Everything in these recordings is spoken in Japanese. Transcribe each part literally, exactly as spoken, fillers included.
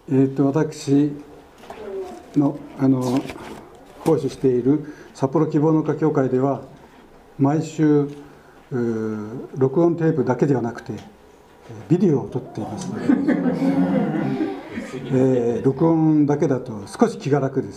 えー、と私のあの奉仕している札幌希望の歌教会では、毎週録音テープだけではなくてビデオを撮っていますので、えー、録音だけだと少し気が楽です。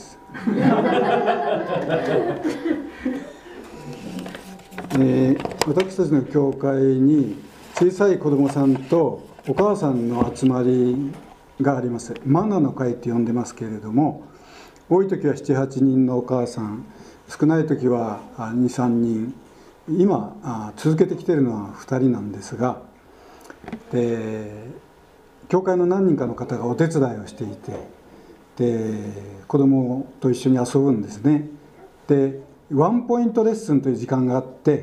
えー、私たちの教会に小さい子どもさんとお母さんの集まりがあります。マナの会って呼んでますけれども、多い時はななはちにんのお母さん、少ない時はにさんにん、今続けてきているのはふたりなんですが、で教会の何人かの方がお手伝いをしていて、で子供と一緒に遊ぶんですね。でワンポイントレッスンという時間があって、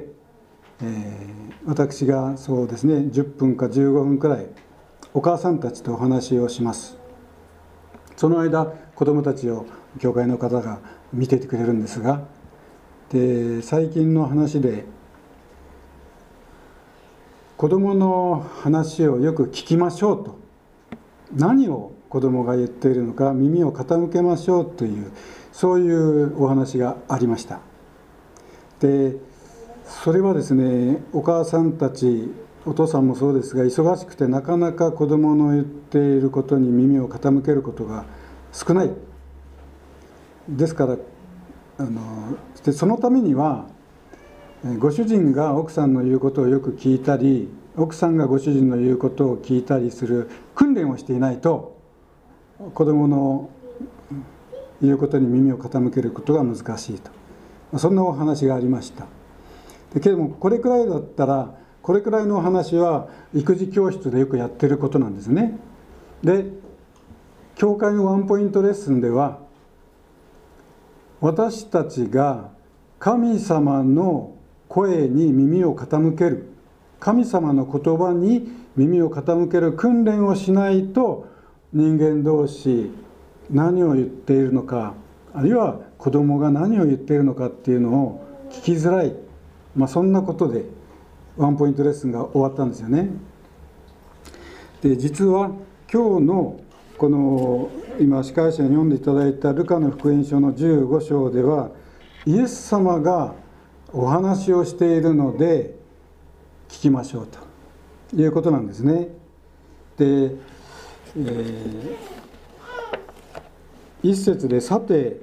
えー、私がそうですねじゅっぷんかじゅうごふんくらいお母さんたちとお話をします。その間子供たちを教会の方が見ていてくれるんですが、で最近の話で子供の話をよく聞きましょうと、何を子供が言っているのか耳を傾けましょうという、そういうお話がありました。でそれはですね、お母さんたちお父さんもそうですが、忙しくてなかなか子供の言っていることに耳を傾けることが少ない。ですからあのでそのためにはご主人が奥さんの言うことをよく聞いたり、奥さんがご主人の言うことを聞いたりする訓練をしていないと、子供の言うことに耳を傾けることが難しいと、そんなお話がありました。だけどもこれくらいだったら、これくらいのお話は育児教室でよくやってることなんですね。で教会のワンポイントレッスンでは、私たちが神様の声に耳を傾ける、神様の言葉に耳を傾ける訓練をしないと、人間同士何を言っているのか、あるいは子供が何を言っているのかっていうのを聞きづらい、まあ、そんなことでワンポイントレッスンが終わったんですよね。で実は今日のこの今司会者に読んでいただいたルカの福音書のじゅうご章では、イエス様がお話をしているので聞きましょうということなんですね。で、えー、一節で、さて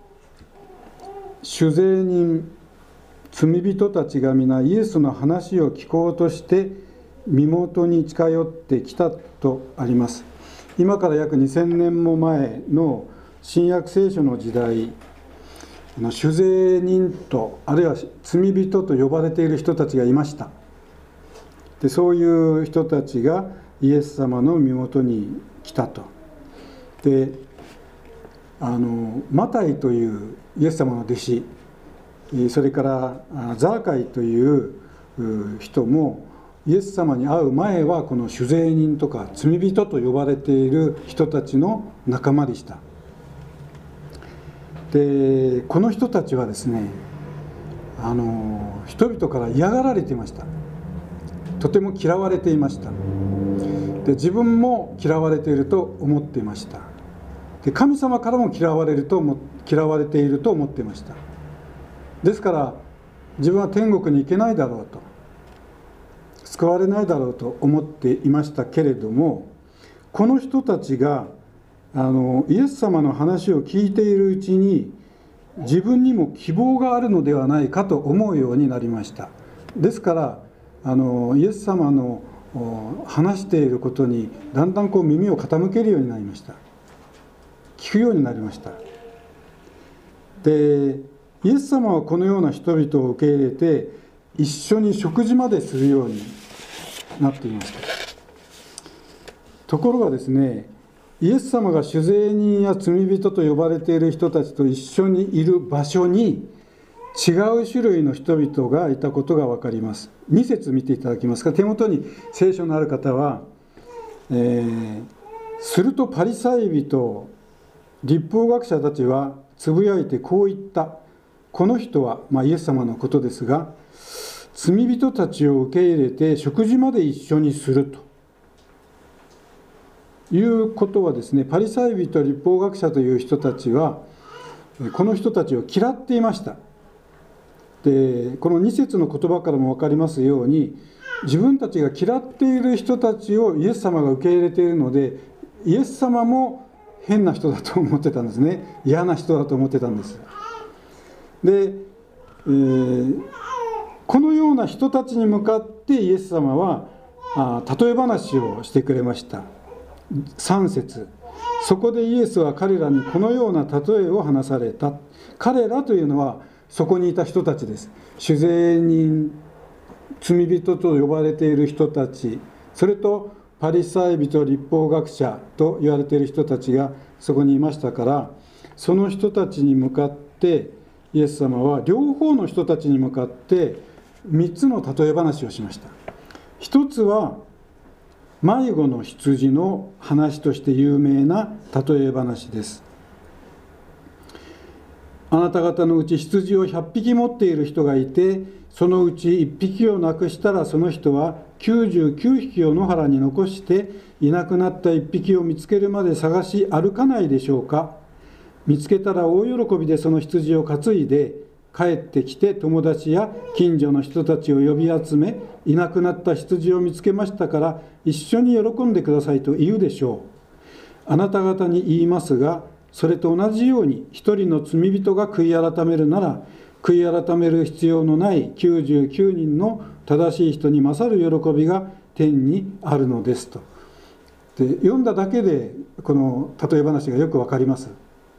酒税人罪人たちが皆イエスの話を聞こうとして身元に近寄ってきたとあります。今から約にせんねんも前の新約聖書の時代、酒税人とあるいは罪人と呼ばれている人たちがいました。でそういう人たちがイエス様の身元に来たと。であのマタイというイエス様の弟子、それからザーカイという人もイエス様に会う前はこの酒税人とか罪人と呼ばれている人たちの仲間でした。でこの人たちはですね、あの人々から嫌がられていました。とても嫌われていました。で自分も嫌われていると思っていました。で神様からも嫌われると嫌われていると思っていました。ですから自分は天国に行けないだろうと、救われないだろうと思っていましたけれども、この人たちがあのイエス様の話を聞いているうちに、自分にも希望があるのではないかと思うようになりました。ですからあのイエス様の話していることにだんだんこう耳を傾けるようになりました。聞くようになりました。でイエス様はこのような人々を受け入れて、一緒に食事までするようになっていました。ところがですね、イエス様が酒税人や罪人と呼ばれている人たちと一緒にいる場所に違う種類の人々がいたことが分かります。に節見ていただけますか。手元に聖書のある方は、えー、するとパリサイ人律法学者たちはつぶやいてこう言った。この人は、まあ、イエス様のことですが、罪人たちを受け入れて食事まで一緒にするということはですね、パリサイ人律法学者という人たちはこの人たちを嫌っていました。でこのに節の言葉からも分かりますように、自分たちが嫌っている人たちをイエス様が受け入れているので、イエス様も変な人だと思ってたんですね。嫌な人だと思ってたんです。で、えー、このような人たちに向かってイエス様はあ例え話をしてくれました。さん節、そこでイエスは彼らにこのような例えを話された。彼らというのはそこにいた人たちです。主税人、罪人と呼ばれている人たち、それとパリサイ人律法学者と言われている人たちがそこにいましたから、その人たちに向かってイエス様は両方の人たちに向かってみっつの例え話をしました。一つは迷子の羊の話として有名な例え話です。あなた方のうち羊をひゃっぴき持っている人がいて、そのうちいっぴきをなくしたら、その人はきゅうじゅうきゅうひきを野原に残して、いなくなったいっぴきを見つけるまで探し歩かないでしょうか。見つけたら大喜びでその羊を担いで帰ってきて、友達や近所の人たちを呼び集め、いなくなった羊を見つけましたから一緒に喜んでくださいと言うでしょう。あなた方に言いますが、それと同じように一人の罪人が悔い改めるなら、悔い改める必要のないきゅうじゅうきゅうにんの正しい人に勝る喜びが天にあるのですと。で読んだだけでこの例え話がよくわかります。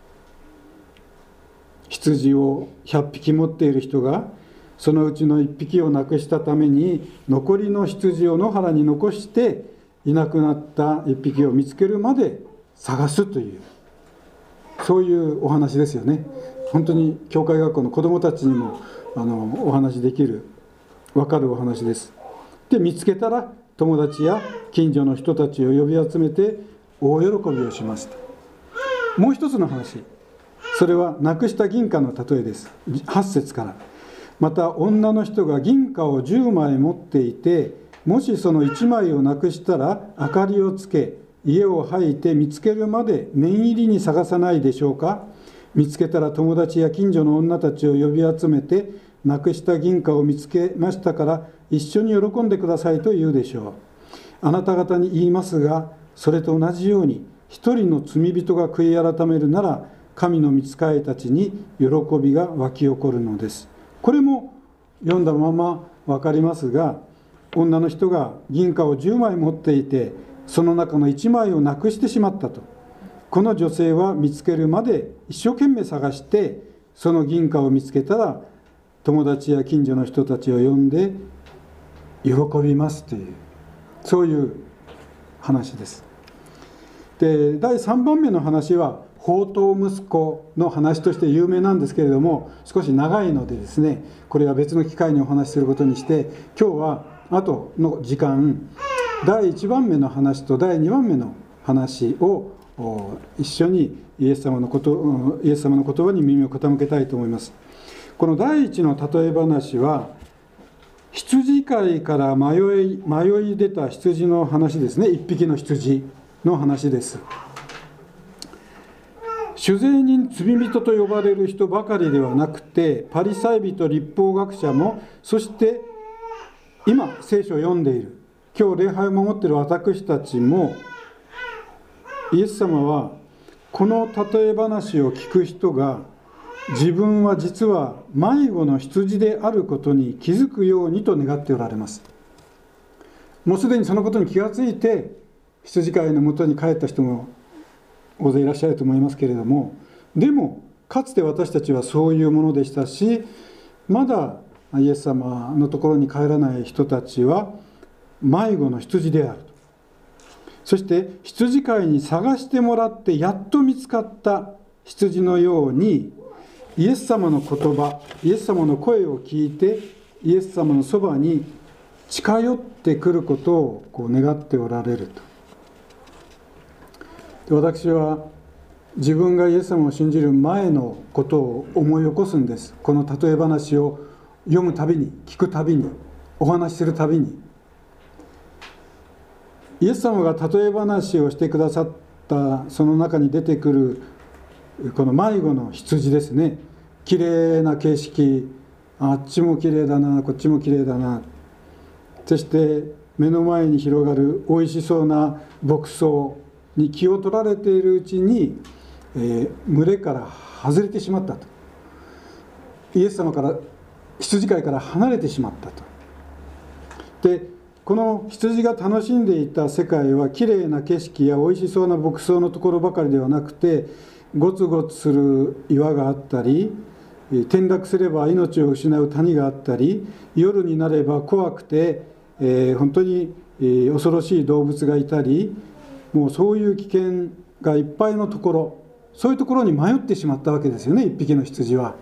羊をひゃっぴき持っている人がそのうちのいっぴきをなくしたために、残りの羊を野原に残していなくなったいっぴきを見つけるまで探すという、そういうお話ですよね。本当に教会学校の子どもたちにもあのお話できる分かるお話です。で見つけたら友達や近所の人たちを呼び集めて大喜びをしました。もう一つの話、それはなくした銀貨の例えです。はち節から、また女の人が銀貨をじゅうまい持っていて、もしそのいちまいをなくしたら明かりをつけ、家を掃いて見つけるまで念入りに探さないでしょうか。見つけたら友達や近所の女たちを呼び集めて、なくした銀貨を見つけましたから一緒に喜んでくださいと言うでしょう。あなた方に言いますが、それと同じように一人の罪人が悔い改めるなら、神の御使いたちに喜びが湧き起こるのです。これも読んだまま分かりますが、女の人が銀貨をじゅうまい持っていて、その中のいちまいをなくしてしまったと。この女性は見つけるまで一生懸命探して、その銀貨を見つけたら友達や近所の人たちを呼んで喜びますという、そういう話です。でだいさんばんめの話は放蕩息子の話として有名なんですけれども、少し長いのでですね、これは別の機会にお話しすることにして、今日は後の時間、だいいちばんめの話とだいにばんめの話を一緒にイエス様のこと、イエス様の言葉に耳を傾けたいと思います。この第一の例え話は、羊飼いから迷い、迷い出た羊の話ですね。一匹の羊の話です。主税人、罪人と呼ばれる人ばかりではなくて、パリサイ人、律法学者も、そして今聖書を読んでいる、今日礼拝を守っている私たちも、イエス様はこの例え話を聞く人が自分は実は迷子の羊であることに気づくようにと願っておられます。もうすでにそのことに気がついて羊飼いのもとに帰った人も大勢いらっしゃると思いますけれども、でもかつて私たちはそういうものでしたし、まだイエス様のところに帰らない人たちは迷子の羊である。そして羊飼いに探してもらってやっと見つかった羊のように、イエス様の言葉、イエス様の声を聞いてイエス様のそばに近寄ってくることをこう願っておられると。私は自分がイエス様を信じる前のことを思い起こすんです。この例え話を読むたびに、聞くたびに、お話しするたびに、 イエス様が例え話をしてくださったその中に出てくるこの迷子の羊ですね。きれいな景色、あっちもきれいだな、こっちもきれいだな、そして目の前に広がるおいしそうな牧草に気を取られているうちに、えー、群れから外れてしまったと。イエス様から羊飼いから離れてしまったと。でこの羊が楽しんでいた世界はきれいな景色やおいしそうな牧草のところばかりではなくて、ゴツゴツする岩があったり、転落すれば命を失う谷があったり、夜になれば怖くて、えー、本当に、えー、恐ろしい動物がいたり、もうそういう危険がいっぱいのところ、そういうところに迷ってしまったわけですよね、一匹の羊は。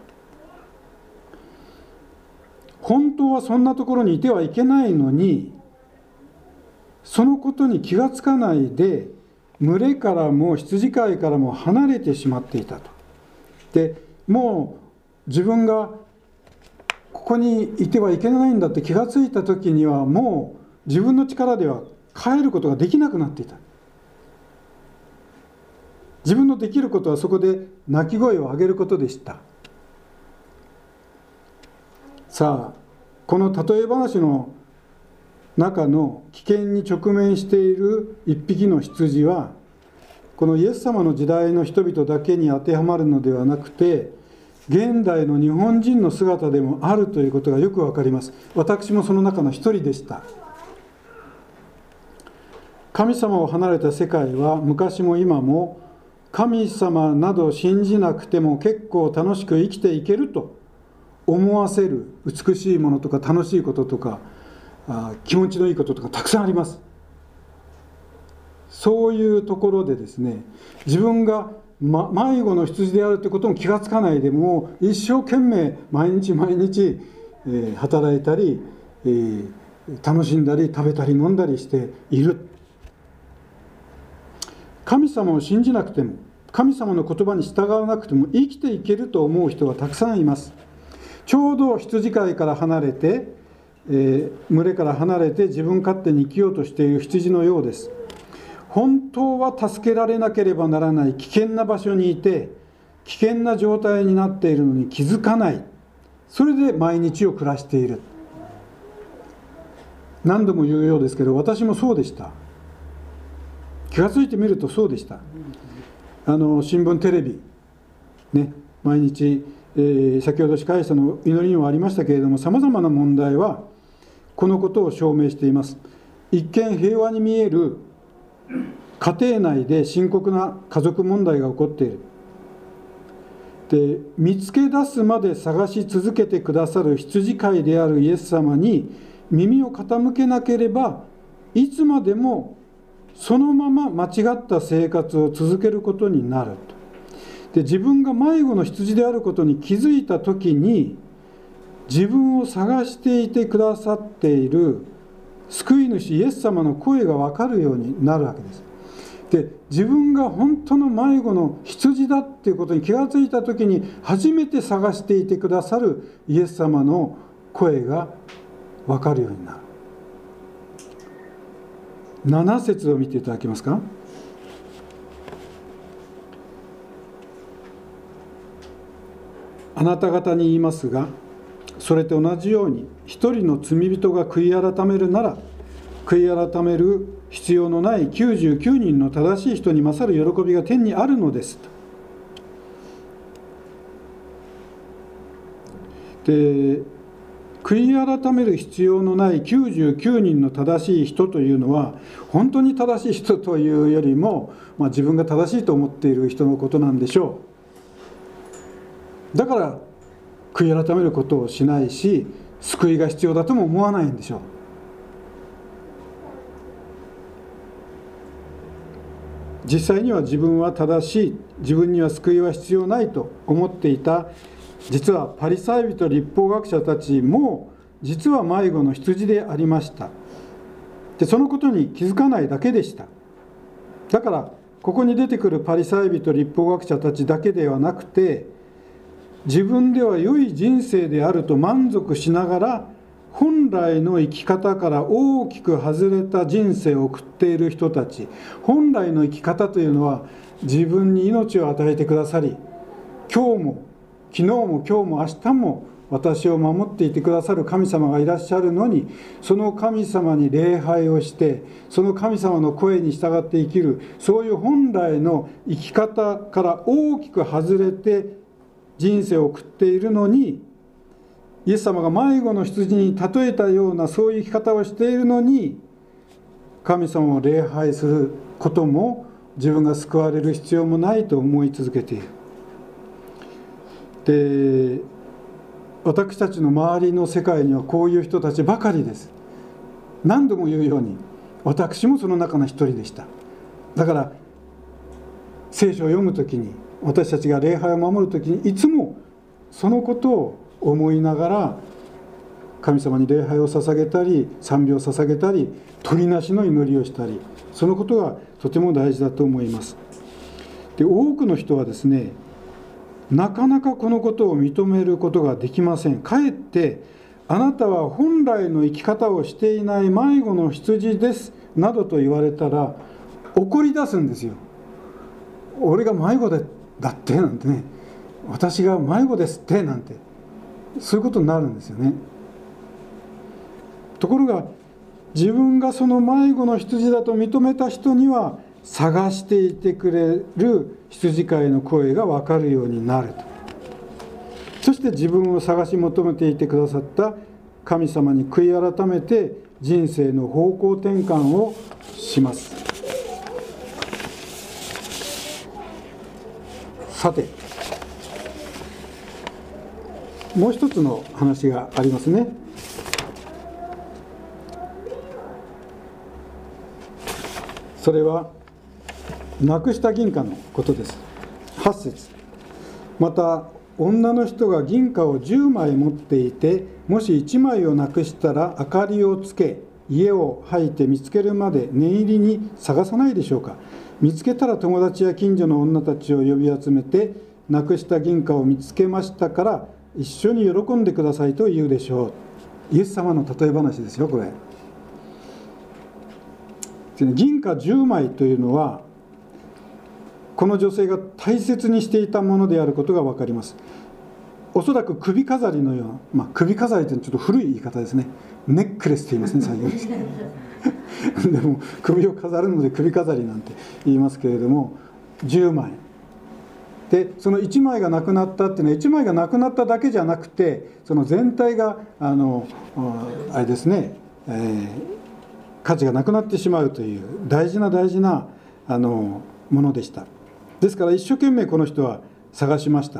本当はそんなところにいてはいけないのに、そのことに気がつかないで群れからも羊飼いからも離れてしまっていたと。でもう自分がここにいてはいけないんだって気がついた時には、もう自分の力では帰ることができなくなっていた。自分のできることはそこで鳴き声を上げることでした。さあ、この例え話の中の危険に直面している一匹の羊は、このイエス様の時代の人々だけに当てはまるのではなくて、現代の日本人の姿でもあるということがよくわかります。私もその中の一人でした。神様を離れた世界は昔も今も、神様など信じなくても結構楽しく生きていけると思わせる美しいものとか楽しいこととか、あ気持ちのいいこととかたくさんあります。そういうところでですね、自分が、ま、迷子の羊であるということも気がつかないで、もう一生懸命毎日毎日、えー、働いたり、えー、楽しんだり食べたり飲んだりしている。神様を信じなくても、神様の言葉に従わなくても生きていけると思う人がたくさんいます。ちょうど羊飼いから離れて、えー、群れから離れて自分勝手に生きようとしている羊のようです。本当は助けられなければならない危険な場所にいて、危険な状態になっているのに気づかない。それで毎日を暮らしている。何度も言うようですけど、私もそうでした。気がついてみるとそうでした。あの新聞テレビね、毎日、えー、先ほど司会者の祈りにもありましたけれども、さまざまな問題はこのことを証明しています。一見平和に見える家庭内で深刻な家族問題が起こっている。で、見つけ出すまで探し続けてくださる羊飼いであるイエス様に耳を傾けなければ、いつまでもそのまま間違った生活を続けることになると。で、自分が迷子の羊であることに気づいた時に、自分を探していてくださっている救い主イエス様の声が分かるようになるわけです。で、自分が本当の迷子の羊だっていうことに気がついた時に、初めて探していてくださるイエス様の声が分かるようになる。なな節を見ていただけますか。あなた方に言いますが、それと同じように一人の罪人が悔い改めるなら、悔い改める必要のないきゅうじゅうきゅうにんの正しい人に勝る喜びが天にあるのですと。で、悔い改める必要のないきゅうじゅうきゅうにんの正しい人というのは、本当に正しい人というよりも、まあ、自分が正しいと思っている人のことなんでしょう。だから悔い改めることをしないし、救いが必要だとも思わないんでしょう。実際には自分は正しい、自分には救いは必要ないと思っていた、実はパリサイ人律法学者たちも実は迷子の羊でありました。で、そのことに気づかないだけでした。だからここに出てくるパリサイ人律法学者たちだけではなくて、自分では良い人生であると満足しながら本来の生き方から大きく外れた人生を送っている人たち、本来の生き方というのは自分に命を与えてくださり、今日も昨日も今日も明日も私を守っていてくださる神様がいらっしゃるのに、その神様に礼拝をして、その神様の声に従って生きる、そういう本来の生き方から大きく外れて人生を送っているのに、イエス様が迷子の羊に例えたようなそういう生き方をしているのに、神様を礼拝することも自分が救われる必要もないと思い続けている。で、私たちの周りの世界にはこういう人たちばかりです。何度も言うように、私もその中の一人でした。だから聖書を読むときに、私たちが礼拝を守るときに、いつもそのことを思いながら神様に礼拝を捧げたり、賛美を捧げたり、鳥なしの祈りをしたり、そのことがとても大事だと思います。で、多くの人はですね、なかなかこのことを認めることができません。かえってあなたは本来の生き方をしていない迷子の羊ですなどと言われたら怒り出すんですよ。俺が迷子でだってなんてね、私が迷子ですってなんて、そういうことになるんですよね。ところが自分がその迷子の羊だと認めた人には、探していてくれる羊飼いの声が分かるようになると。そして自分を探し求めていてくださった神様に悔い改めて人生の方向転換をします。さて、もう一つの話がありますね。それはなくした銀貨のことです。はち節。また女の人が銀貨をじゅうまい持っていて、もしいちまいをなくしたら明かりをつけ、家を掃いて見つけるまで念入りに探さないでしょうか。見つけたら友達や近所の女たちを呼び集めて、なくした銀貨を見つけましたから一緒に喜んでくださいと言うでしょう。イエス様の例え話ですよ、これ。銀貨じゅうまいというのは、この女性が大切にしていたものであることが分かります。おそらく首飾りのような、まあ、首飾りというのはちょっと古い言い方ですね。ネックレスと言いますね、最近でも首を飾るので首飾りなんて言いますけれども、じゅうまいで、そのいちまいがなくなったっていうのは、いちまいがなくなっただけじゃなくて、その全体があのあれですね、えー、価値がなくなってしまうという大事な大事なあのものでした。ですから一生懸命この人は探しました。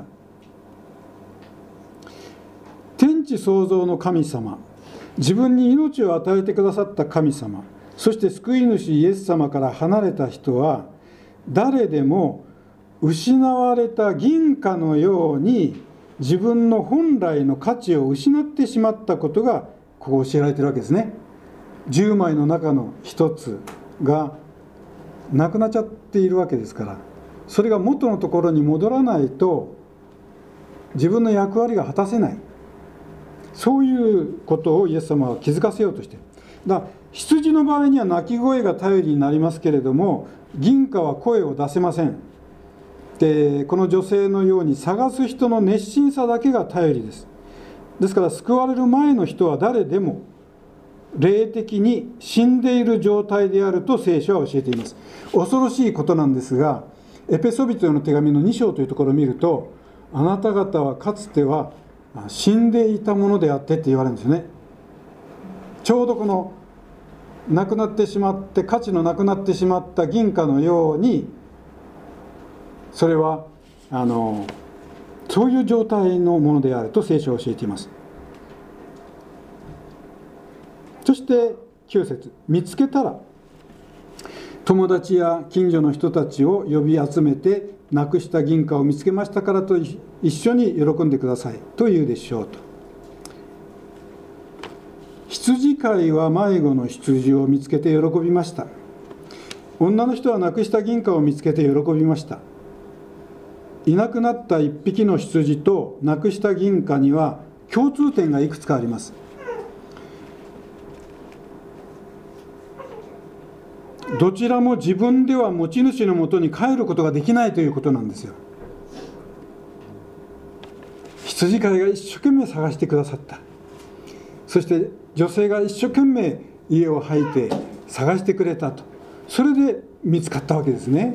天地創造の神様、自分に命を与えてくださった神様、そして救い主イエス様から離れた人は、誰でも失われた銀貨のように自分の本来の価値を失ってしまったことがここ教えられているわけですね。じゅうまいの中の一つがなくなっちゃっているわけですから、それが元のところに戻らないと自分の役割が果たせない、そういうことをイエス様は気づかせようとしている。だから羊の場合には鳴き声が頼りになりますけれども、銀貨は声を出せません。で、この女性のように探す人の熱心さだけが頼りです。ですから救われる前の人は誰でも霊的に死んでいる状態であると聖書は教えています。恐ろしいことなんですが、エペソビトへの手紙のに章というところを見ると、あなた方はかつては死んでいたものであってって言われるんですよね。ちょうどこのなくなってしまって、価値のなくなってしまった銀貨のように、それはあのそういう状態のものであると聖書は教えています。そしてきゅう節、見つけたら友達や近所の人たちを呼び集めて、なくした銀貨を見つけましたからと一緒に喜んでくださいと言うでしょうと。羊飼いは迷子の羊を見つけて喜びました。女の人はなくした銀貨を見つけて喜びました。いなくなった一匹の羊となくした銀貨には共通点がいくつかあります。 どちらも自分では持ち主のもとに帰ることができないということなんですよ。羊飼いが一生懸命探してくださった。そして女性が一生懸命家を履いて探してくれたと。それで見つかったわけですね。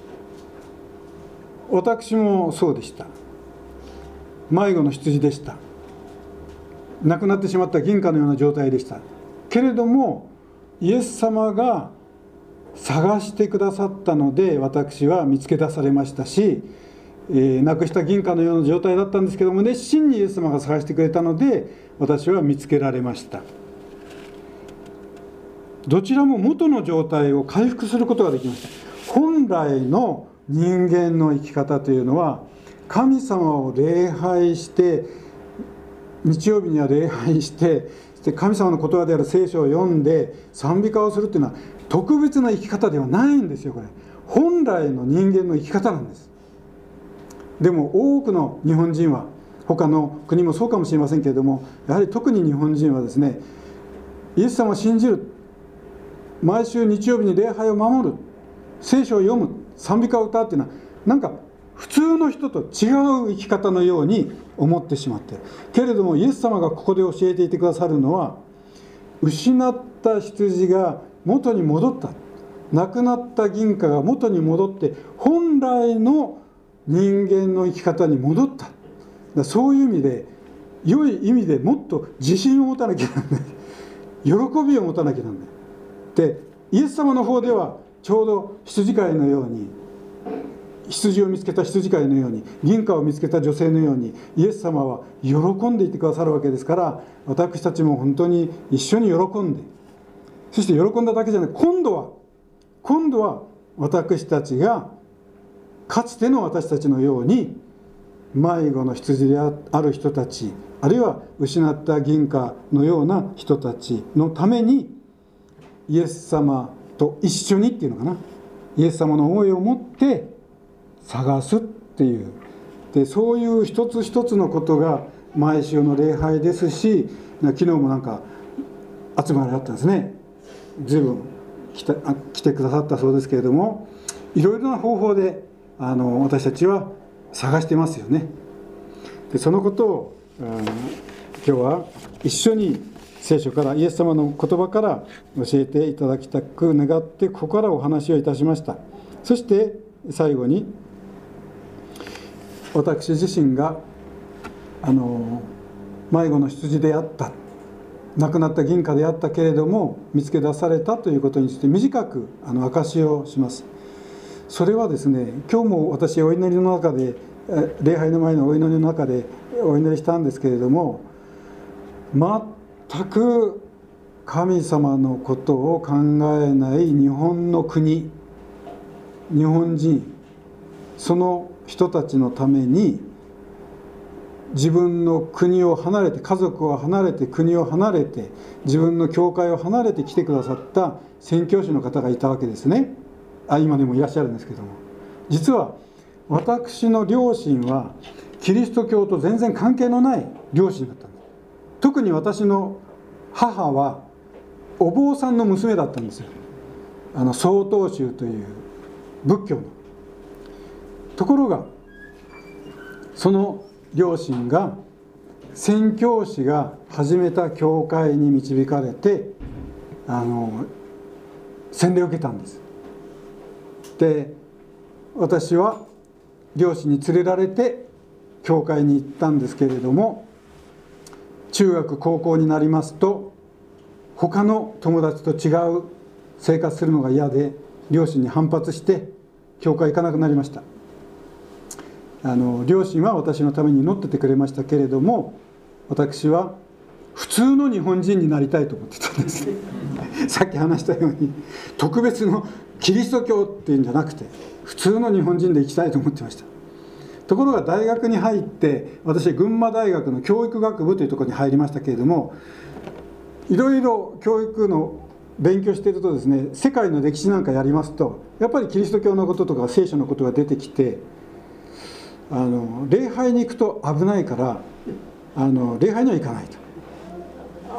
私もそうでした。迷子の羊でした。亡くなってしまった銀貨のような状態でした。けれどもイエス様が探してくださったので私は見つけ出されましたし、えー、なくした銀貨のような状態だったんですけども、熱心にイエス様が探してくれたので私は見つけられました。どちらも元の状態を回復することができました。本来の人間の生き方というのは、神様を礼拝して、日曜日には礼拝して、神様の言葉である聖書を読んで賛美歌をするというのは特別な生き方ではないんですよ。これ本来の人間の生き方なんです。でも多くの日本人は、他の国もそうかもしれませんけれども、やはり特に日本人はですね、イエス様を信じる、毎週日曜日に礼拝を守る、聖書を読む、賛美歌を歌うというのはなんか普通の人と違う生き方のように思ってしまっている。けれどもイエス様がここで教えていてくださるのは、失った羊が元に戻った、なくなった銀貨が元に戻って本来の人間の生き方に戻った。そういう意味で、良い意味でもっと自信を持たなきゃならない、喜びを持たなきゃならない。でイエス様の方ではちょうど羊飼いのように、羊を見つけた羊飼いのように、銀貨を見つけた女性のように、イエス様は喜んでいてくださるわけですから、私たちも本当に一緒に喜んで、そして喜んだだけじゃない、今度は今度は私たちがかつての私たちのように迷子の羊である人たち、あるいは失った銀貨のような人たちのために、イエス様と一緒にっていうのかな、イエス様の思いを持って探すっていう、でそういう一つ一つのことが毎週の礼拝ですし、昨日もなんか集まりあったんですね。随分来た来てくださったそうですけれども、いろいろな方法であの私たちは探してますよね。でそのことを、うん、今日は一緒に聖書から、イエス様の言葉から教えていただきたく願って、ここからお話をいたしました。そして最後に、私自身があの迷子の羊であった、亡くなった銀貨であったけれども見つけ出されたということについて短くあの証しをします。それはですね、今日も私お祈りの中で、礼拝の前のお祈りの中でお祈りしたんですけれども、全く神様のことを考えない日本の国、日本人、その人たちのために、自分の国を離れて、家族を離れて、国を離れて、自分の教会を離れて来てくださった宣教師の方がいたわけですね。あ、今でもいらっしゃるんですけども、実は私の両親はキリスト教と全然関係のない両親だったんです。特に私の母はお坊さんの娘だったんですよ。あの曹洞宗という仏教の。ところがその両親が宣教師が始めた教会に導かれて、あの洗礼を受けたんです。で私は両親に連れられて教会に行ったんですけれども、中学高校になりますと他の友達と違う生活するのが嫌で、両親に反発して教会行かなくなりました。あの両親は私のために祈っててくれましたけれども、私は普通の日本人になりたいと思ってたんですさっき話したように、特別のキリスト教っていうんじゃなくて、普通の日本人で生きたいと思ってました。ところが大学に入って、私群馬大学の教育学部というところに入りましたけれども、いろいろ教育の勉強しているとですね、世界の歴史なんかやりますと、やっぱりキリスト教のこととか聖書のことが出てきて、あの礼拝に行くと危ないから、あの礼拝には行かないと。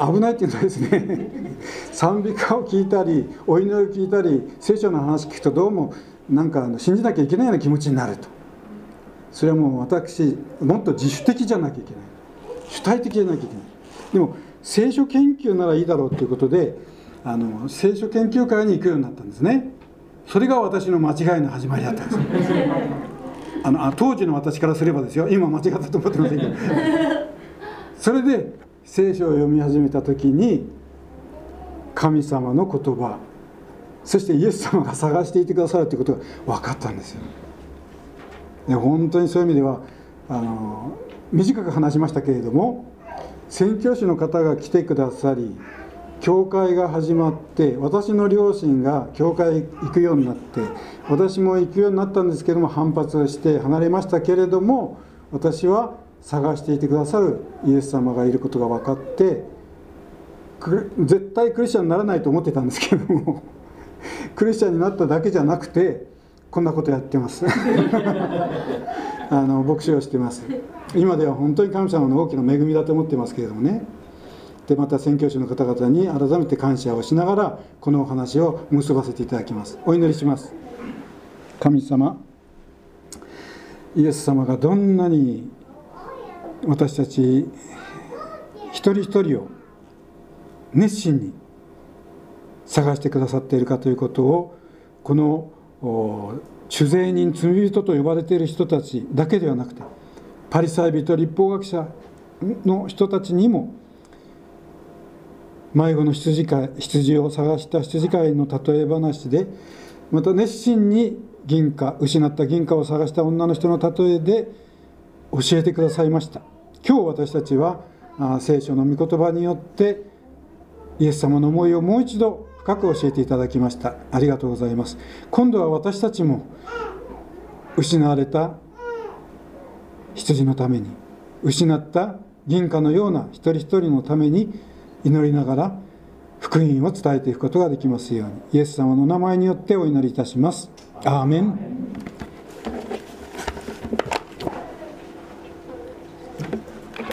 危ないっていうとですね賛美歌を聞いたりお祈りを聞いたり聖書の話聞くとどうもなんか信じなきゃいけないような気持ちになると。それはもう私もっと自主的じゃなきゃいけない、主体的じゃなきゃいけない。でも聖書研究ならいいだろうということであの聖書研究会に行くようになったんですね。それが私の間違いの始まりだったんですあの当時の私からすればですよ、今間違ったと思ってませんけどそれで聖書を読み始めた時に神様の言葉、そしてイエス様が探していてくださるということが分かったんですよ。で本当にそういう意味ではあの短く話しましたけれども、宣教師の方が来てくださり教会が始まって、私の両親が教会行くようになって、私も行くようになったんですけども反発して離れましたけれども、私は探していてくださるイエス様がいることが分かって、絶対クリスチャンにならないと思ってたんですけどもクリスチャンになっただけじゃなくてこんなことやってますあの牧師をしてます。今では本当に神様の大きな恵みだと思ってますけれどもね。でまた宣教師の方々に改めて感謝をしながらこのお話を結ばせていただきます。お祈りします。神様、イエス様がどんなに私たち一人一人を熱心に探してくださっているかということを、この主税人罪人と呼ばれている人たちだけではなくて、パリサイ人律法学者の人たちにも迷子の羊飼い、羊を探した羊飼いの例え話で、また熱心に銀貨、失った銀貨を探した女の人の例えで教えてくださいました。今日私たちは聖書の御言葉によってイエス様の思いをもう一度深く教えていただきました。ありがとうございます。今度は私たちも失われた羊のために、失った銀貨のような一人一人のために祈りながら福音を伝えていくことができますように、イエス様の名前によってお祈りいたします。アーメン。